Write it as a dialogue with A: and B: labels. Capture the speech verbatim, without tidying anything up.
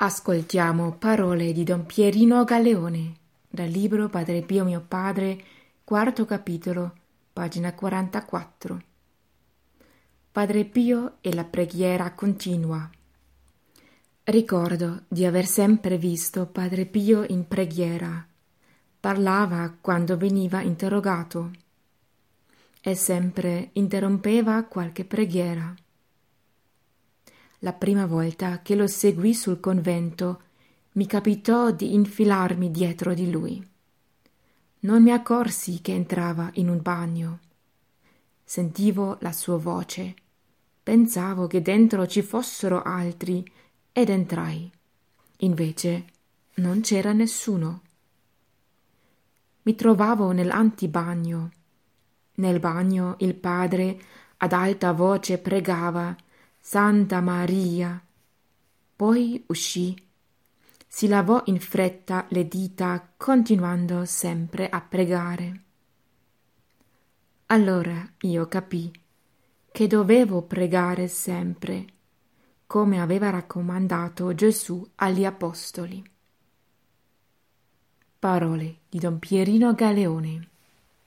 A: Ascoltiamo parole di Don Pierino Galeone dal libro Padre Pio mio padre, quarto capitolo, pagina quarantaquattro. Padre Pio e la preghiera continua. Ricordo di aver sempre visto Padre Pio in preghiera. Parlava quando veniva interrogato e sempre interrompeva qualche preghiera. La prima volta che lo seguì sul convento mi capitò di infilarmi dietro di lui. Non mi accorsi che entrava in un bagno. Sentivo la sua voce. Pensavo che dentro ci fossero altri ed entrai. Invece non c'era nessuno. Mi trovavo nell'antibagno. Nel bagno il padre ad alta voce pregava Santa Maria. Poi uscì. Si lavò in fretta le dita, continuando sempre a pregare. Allora io capii che dovevo pregare sempre, come aveva raccomandato Gesù agli apostoli. Parole di Don Pierino Galeone.